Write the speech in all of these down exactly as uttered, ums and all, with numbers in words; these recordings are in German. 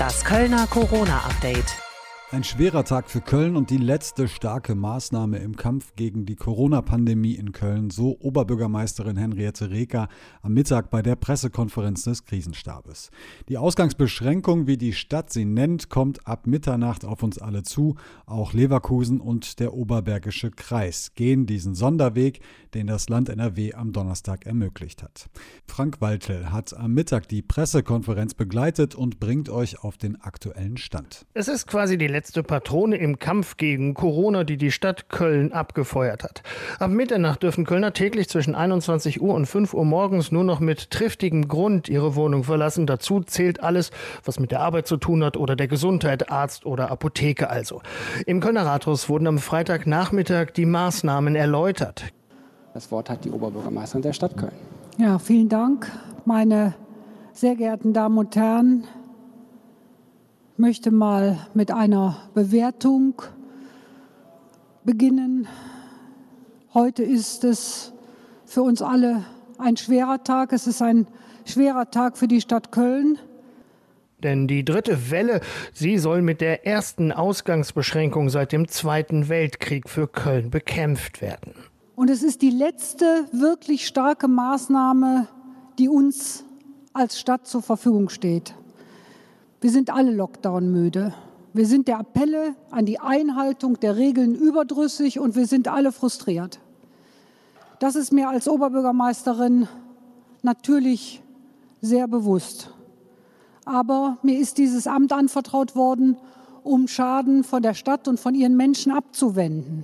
Das Kölner Corona-Update. Ein schwerer Tag für Köln und die letzte starke Maßnahme im Kampf gegen die Corona-Pandemie in Köln, so Oberbürgermeisterin Henriette Reker am Mittag bei der Pressekonferenz des Krisenstabes. Die Ausgangsbeschränkung, wie die Stadt sie nennt, kommt ab Mitternacht auf uns alle zu. Auch Leverkusen und der Oberbergische Kreis gehen diesen Sonderweg, den das Land N R W am Donnerstag ermöglicht hat. Frank Waltel hat am Mittag die Pressekonferenz begleitet und bringt euch auf den aktuellen Stand. Es ist quasi die letzte Patrone im Kampf gegen Corona, die die Stadt Köln abgefeuert hat. Ab Mitternacht dürfen Kölner täglich zwischen einundzwanzig Uhr und fünf Uhr morgens nur noch mit triftigem Grund ihre Wohnung verlassen. Dazu zählt alles, was mit der Arbeit zu tun hat oder der Gesundheit, Arzt oder Apotheke also. Im Kölner Rathaus wurden am Freitagnachmittag die Maßnahmen erläutert. Das Wort hat die Oberbürgermeisterin der Stadt Köln. Ja, vielen Dank, meine sehr geehrten Damen und Herren. Ich möchte mal mit einer Bewertung beginnen. Heute ist es für uns alle ein schwerer Tag. Es ist ein schwerer Tag für die Stadt Köln. Denn die dritte Welle, sie soll mit der ersten Ausgangsbeschränkung seit dem Zweiten Weltkrieg für Köln bekämpft werden. Und es ist die letzte wirklich starke Maßnahme, die uns als Stadt zur Verfügung steht. Wir sind alle Lockdown-müde. Wir sind der Appelle an die Einhaltung der Regeln überdrüssig und wir sind alle frustriert. Das ist mir als Oberbürgermeisterin natürlich sehr bewusst. Aber mir ist dieses Amt anvertraut worden, um Schaden von der Stadt und von ihren Menschen abzuwenden.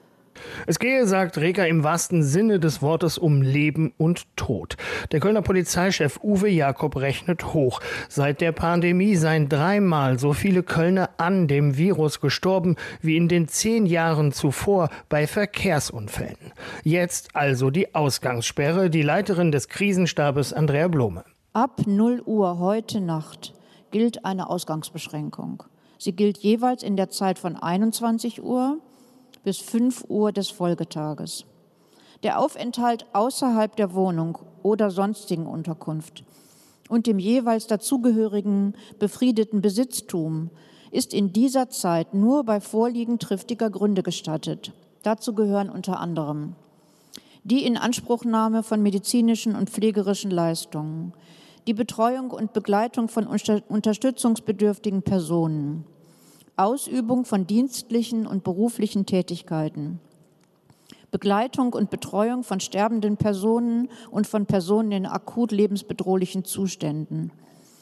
Es gehe, sagt Reker, im wahrsten Sinne des Wortes um Leben und Tod. Der Kölner Polizeichef Uwe Jakob rechnet hoch. Seit der Pandemie seien dreimal so viele Kölner an dem Virus gestorben wie in den zehn Jahren zuvor bei Verkehrsunfällen. Jetzt also die Ausgangssperre. Die Leiterin des Krisenstabes Andrea Blome. Ab null Uhr heute Nacht gilt eine Ausgangsbeschränkung. Sie gilt jeweils in der Zeit von einundzwanzig Uhr bis fünf Uhr des Folgetages. Der Aufenthalt außerhalb der Wohnung oder sonstigen Unterkunft und dem jeweils dazugehörigen befriedeten Besitztum ist in dieser Zeit nur bei Vorliegen triftiger Gründe gestattet. Dazu gehören unter anderem die Inanspruchnahme von medizinischen und pflegerischen Leistungen, die Betreuung und Begleitung von unterstützungsbedürftigen Personen, Ausübung von dienstlichen und beruflichen Tätigkeiten, Begleitung und Betreuung von sterbenden Personen und von Personen in akut lebensbedrohlichen Zuständen,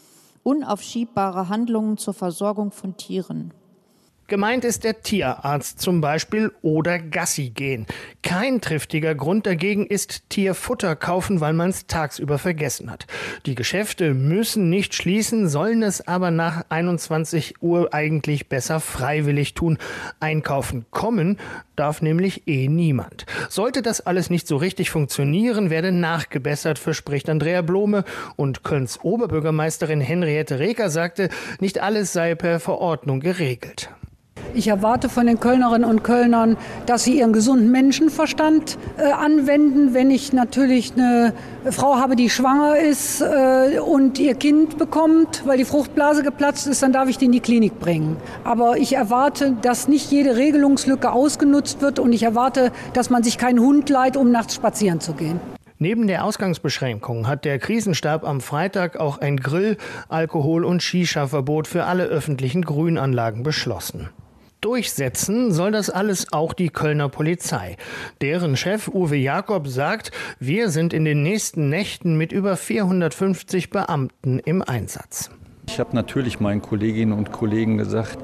unaufschiebbare Handlungen zur Versorgung von Tieren. Gemeint ist der Tierarzt zum Beispiel oder Gassi gehen. Kein triftiger Grund dagegen ist Tierfutter kaufen, weil man es tagsüber vergessen hat. Die Geschäfte müssen nicht schließen, sollen es aber nach einundzwanzig Uhr eigentlich besser freiwillig tun. Einkaufen kommen darf nämlich eh niemand. Sollte das alles nicht so richtig funktionieren, werde nachgebessert, verspricht Andrea Blome. Und Kölns Oberbürgermeisterin Henriette Reker sagte, nicht alles sei per Verordnung geregelt. Ich erwarte von den Kölnerinnen und Kölnern, dass sie ihren gesunden Menschenverstand äh, anwenden. Wenn ich natürlich eine Frau habe, die schwanger ist äh, und ihr Kind bekommt, weil die Fruchtblase geplatzt ist, dann darf ich die in die Klinik bringen. Aber ich erwarte, dass nicht jede Regelungslücke ausgenutzt wird und ich erwarte, dass man sich keinen Hund leiht, um nachts spazieren zu gehen. Neben der Ausgangsbeschränkung hat der Krisenstab am Freitag auch ein Grill-, Alkohol- und Shisha-Verbot für alle öffentlichen Grünanlagen beschlossen. Durchsetzen soll das alles auch die Kölner Polizei. Deren Chef Uwe Jakob sagt, wir sind in den nächsten Nächten mit über vierhundertfünfzig Beamten im Einsatz. Ich habe natürlich meinen Kolleginnen und Kollegen gesagt,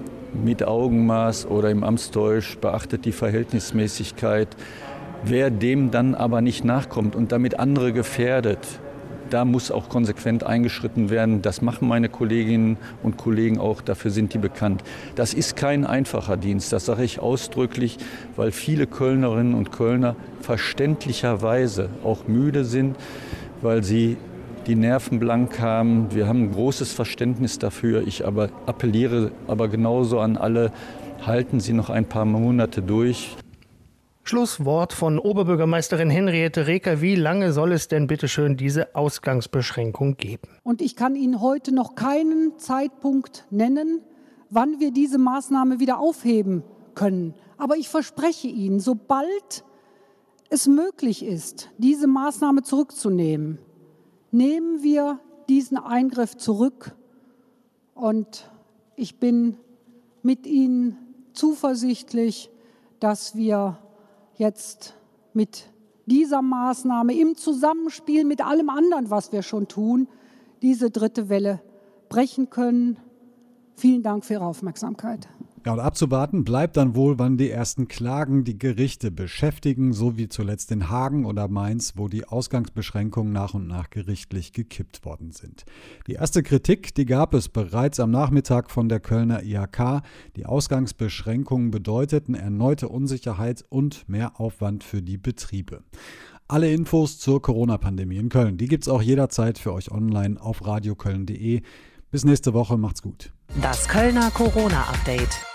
mit Augenmaß oder im Amtsdeutsch beachtet die Verhältnismäßigkeit. Wer dem dann aber nicht nachkommt und damit andere gefährdet, da muss auch konsequent eingeschritten werden. Das machen meine Kolleginnen und Kollegen auch, dafür sind die bekannt. Das ist kein einfacher Dienst, das sage ich ausdrücklich, weil viele Kölnerinnen und Kölner verständlicherweise auch müde sind, weil sie die Nerven blank haben. Wir haben ein großes Verständnis dafür. Ich aber appelliere aber genauso an alle, halten Sie noch ein paar Monate durch. Schlusswort von Oberbürgermeisterin Henriette Reker. Wie lange soll es denn bitte schön diese Ausgangsbeschränkung geben? Und ich kann Ihnen heute noch keinen Zeitpunkt nennen, wann wir diese Maßnahme wieder aufheben können. Aber ich verspreche Ihnen, sobald es möglich ist, diese Maßnahme zurückzunehmen, nehmen wir diesen Eingriff zurück. Und ich bin mit Ihnen zuversichtlich, dass wir jetzt mit dieser Maßnahme im Zusammenspiel mit allem anderen, was wir schon tun, diese dritte Welle brechen können. Vielen Dank für Ihre Aufmerksamkeit. Ja, und abzuwarten bleibt dann wohl, wann die ersten Klagen die Gerichte beschäftigen, so wie zuletzt in Hagen oder Mainz, wo die Ausgangsbeschränkungen nach und nach gerichtlich gekippt worden sind. Die erste Kritik, die gab es bereits am Nachmittag von der Kölner I H K. Die Ausgangsbeschränkungen bedeuteten erneute Unsicherheit und mehr Aufwand für die Betriebe. Alle Infos zur Corona-Pandemie in Köln, die gibt's auch jederzeit für euch online auf radioköln punkt de. Bis nächste Woche, macht's gut. Das Kölner Corona-Update.